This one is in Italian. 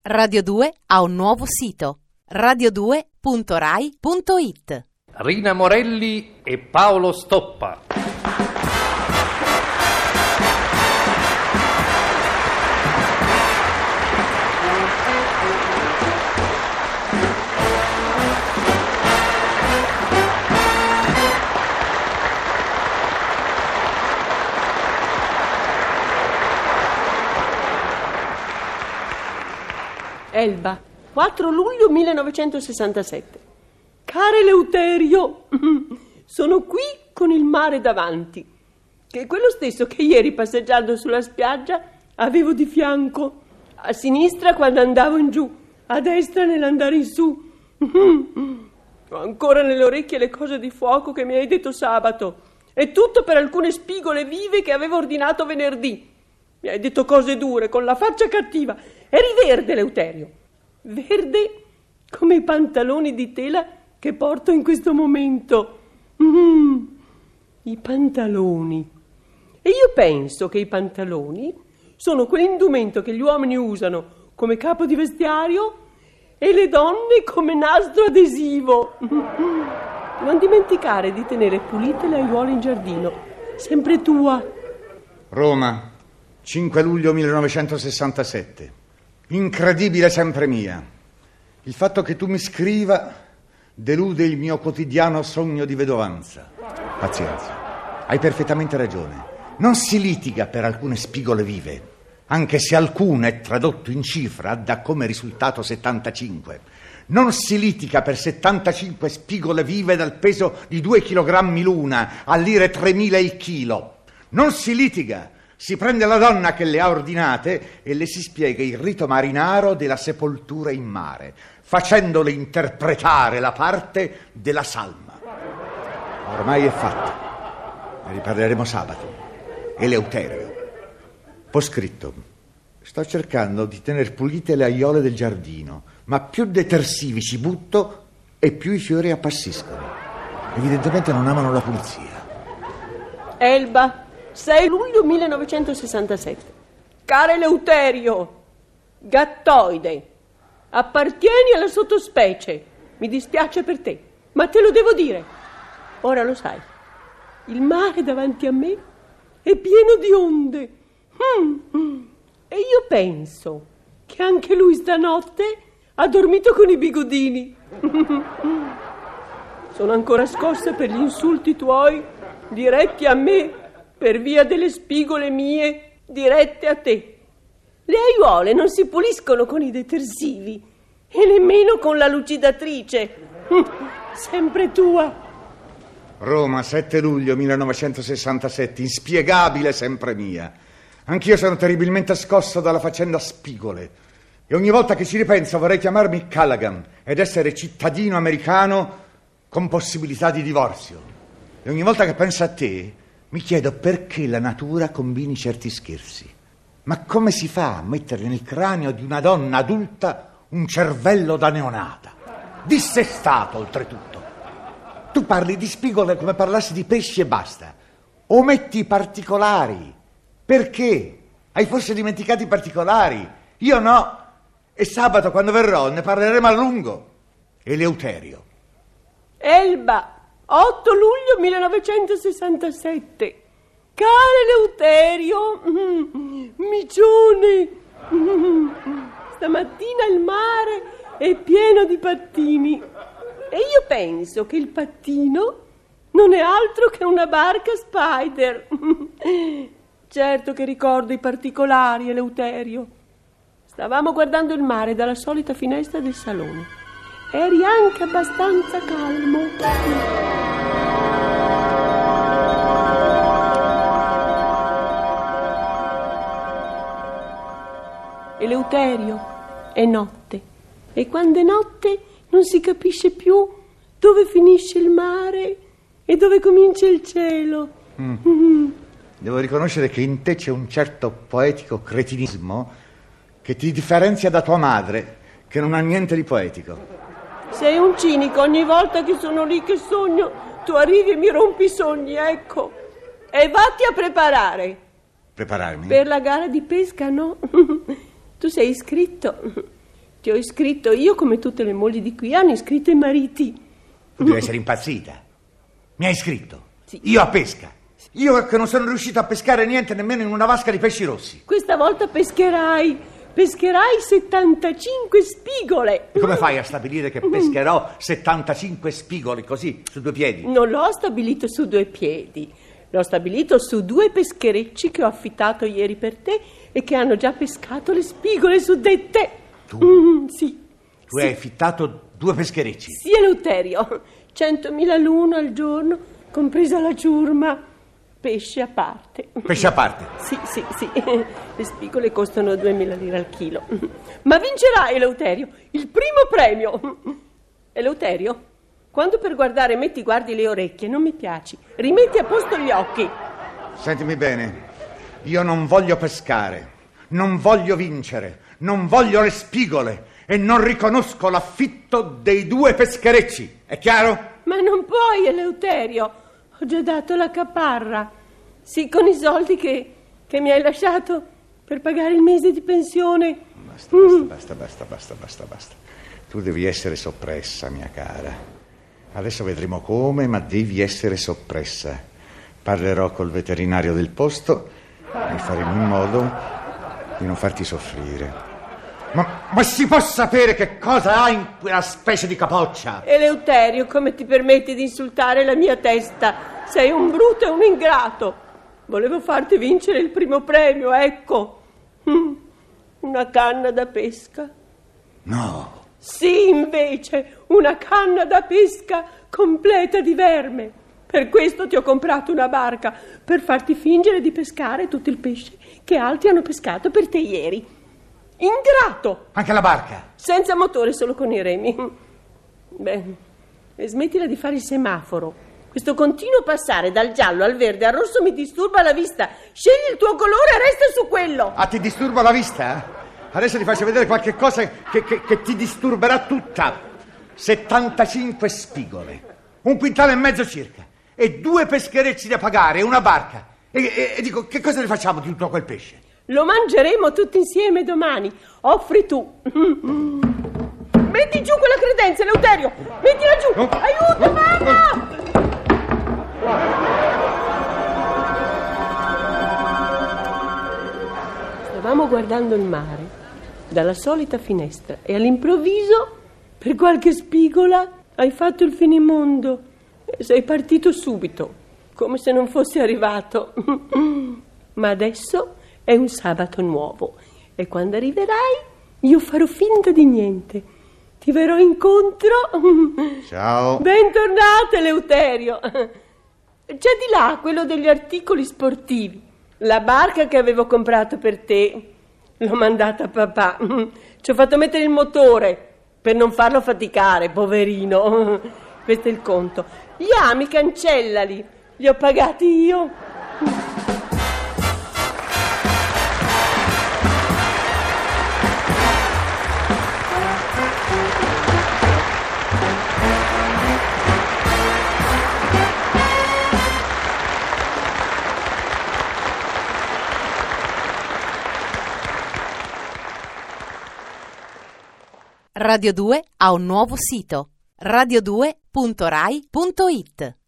Radio 2 ha un nuovo sito, radio2.rai.it. Rina Morelli e Paolo Stoppa. Elba, 4 luglio 1967. Cara Eleuterio, sono qui con il mare davanti, che è quello stesso che ieri passeggiando sulla spiaggia avevo di fianco, a sinistra quando andavo in giù, a destra nell'andare in su. Ho ancora nelle orecchie le cose di fuoco che mi hai detto sabato, e tutto per alcune spigole vive che avevo ordinato venerdì. Mi hai detto cose dure, con la faccia cattiva. Eri verde, Eleuterio. Verde come i pantaloni di tela che porto in questo momento. I pantaloni. E io penso che i pantaloni sono quell'indumento che gli uomini usano come capo di vestiario e le donne come nastro adesivo. Non dimenticare di tenere pulite le aiuole in giardino. Sempre tua. Roma, 5 luglio 1967. Incredibile sempre mia. Il fatto che tu mi scriva delude il mio quotidiano sogno di vedovanza. Pazienza, hai perfettamente ragione. Non si litiga per alcune spigole vive, anche se alcune, tradotto in cifra, dà come risultato 75. Non si litiga per 75 spigole vive dal peso di 2 chilogrammi l'una, a lire 3.000 il chilo. Non si litiga. Si prende la donna che le ha ordinate e le si spiega il rito marinaro della sepoltura in mare, facendole interpretare la parte della salma. Ormai è fatto. Ne riparleremo sabato. Eleuterio. Poscritto. Sto cercando di tener pulite le aiole del giardino, ma più detersivi ci butto e più i fiori appassiscono. Evidentemente non amano la pulizia. Elba, 6 luglio 1967. Caro Eleuterio, gattoide, appartieni alla sottospecie. Mi dispiace per te, ma te lo devo dire. Ora lo sai, il mare davanti a me è pieno di onde. E io penso che anche lui stanotte ha dormito con i bigodini. Sono ancora scossa per gli insulti tuoi diretti a me per via delle spigole mie dirette a te. Le aiuole non si puliscono con i detersivi e nemmeno con la lucidatrice. Sempre tua. Roma, 7 luglio 1967, inspiegabile sempre mia. Anch'io sono terribilmente scosso dalla faccenda spigole e ogni volta che ci ripenso vorrei chiamarmi Callaghan ed essere cittadino americano con possibilità di divorzio. E ogni volta che penso a te mi chiedo perché la natura combini certi scherzi. Ma come si fa a mettere nel cranio di una donna adulta un cervello da neonata? Dissestato, oltretutto. Tu parli di spigole come parlassi di pesci e basta. Ometti i particolari. Perché? Hai forse dimenticato i particolari? Io no. E sabato, quando verrò, ne parleremo a lungo. Eleuterio. Elba, 8 luglio 1967. Caro Eleuterio, micione, stamattina il mare è pieno di pattini e io penso che il pattino non è altro che una barca Spider. Certo che ricordo i particolari, Eleuterio. Stavamo guardando il mare dalla solita finestra del salone. Eri anche abbastanza calmo. Eleuterio, è notte. E quando è notte non si capisce più dove finisce il mare e dove comincia il cielo. Devo riconoscere che in te c'è un certo poetico cretinismo che ti differenzia da tua madre, che non ha niente di poetico. Sei un cinico, ogni volta che sono lì che sogno, tu arrivi e mi rompi i sogni, ecco. E vatti a preparare. Prepararmi? Per la gara di pesca, no? Tu sei iscritto. Ti ho iscritto io, come tutte le mogli di qui hanno iscritto i mariti. Tu devi essere impazzita. Mi hai iscritto? Sì. Io a pesca. Io che non sono riuscito a pescare niente nemmeno in una vasca di pesci rossi. Questa volta pescherai 75 spigole. E come fai a stabilire che pescherò 75 spigoli così, su due piedi? Non l'ho stabilito su due piedi. L'ho stabilito su 2 pescherecci che ho affittato ieri per te e che hanno già pescato le spigole suddette. Tu? Sì. Tu hai affittato 2 pescherecci? Sì, Eleuterio. 100.000 l'uno al giorno, compresa la ciurma. Pesce a parte. Pesce a parte? Sì. Le spigole costano 2.000 lire al chilo. Ma vincerai, Eleuterio, il primo premio. Eleuterio, quando per guardare guardi le orecchie, non mi piaci. Rimetti a posto gli occhi. Sentimi bene, io non voglio pescare, non voglio vincere, non voglio le spigole e non riconosco l'affitto dei 2 pescherecci. È chiaro? Ma non puoi, Eleuterio. Ho già dato la caparra. Sì, con i soldi che mi hai lasciato per pagare il mese di pensione. Basta. Tu devi essere soppressa, mia cara. Adesso vedremo come, ma devi essere soppressa. Parlerò col veterinario del posto e faremo in modo di non farti soffrire. Ma si può sapere che cosa ha in quella specie di capoccia? Eleuterio, come ti permetti di insultare la mia testa? Sei un bruto e un ingrato. Volevo farti vincere il primo premio, ecco. Una canna da pesca. No. Sì, invece, una canna da pesca completa di verme. Per questo ti ho comprato una barca, per farti fingere di pescare tutto il pesce che altri hanno pescato per te ieri. Ingrato! Anche la barca? Senza motore, solo con i remi. Beh, e smettila di fare il semaforo. Questo continuo passare dal giallo al verde al rosso mi disturba la vista. Scegli il tuo colore e resta su quello. Ah, ti disturba la vista? Adesso ti faccio vedere qualche cosa che ti disturberà tutta. 75 spigole, 1,5 quintali circa, e 2 pescherecci da pagare, e una barca. E dico, che cosa ne facciamo di tutto quel pesce? Lo mangeremo tutti insieme domani. Offri tu. Metti giù quella credenza, Eleuterio. Mettila giù. No. Aiuto, mamma! Stavamo guardando il mare dalla solita finestra e all'improvviso, per qualche spigola, hai fatto il finimondo e sei partito subito, come se non fossi arrivato. Ma adesso è un sabato nuovo e quando arriverai io farò finta di niente. Ti verrò incontro. Ciao. Bentornato, Eleuterio. C'è di là quello degli articoli sportivi. La barca che avevo comprato per te l'ho mandata a papà. Ci ho fatto mettere il motore per non farlo faticare, poverino. Questo è il conto. Gli ami, cancellali. Li ho pagati io. Radio 2 ha un nuovo sito: radio2.rai.it.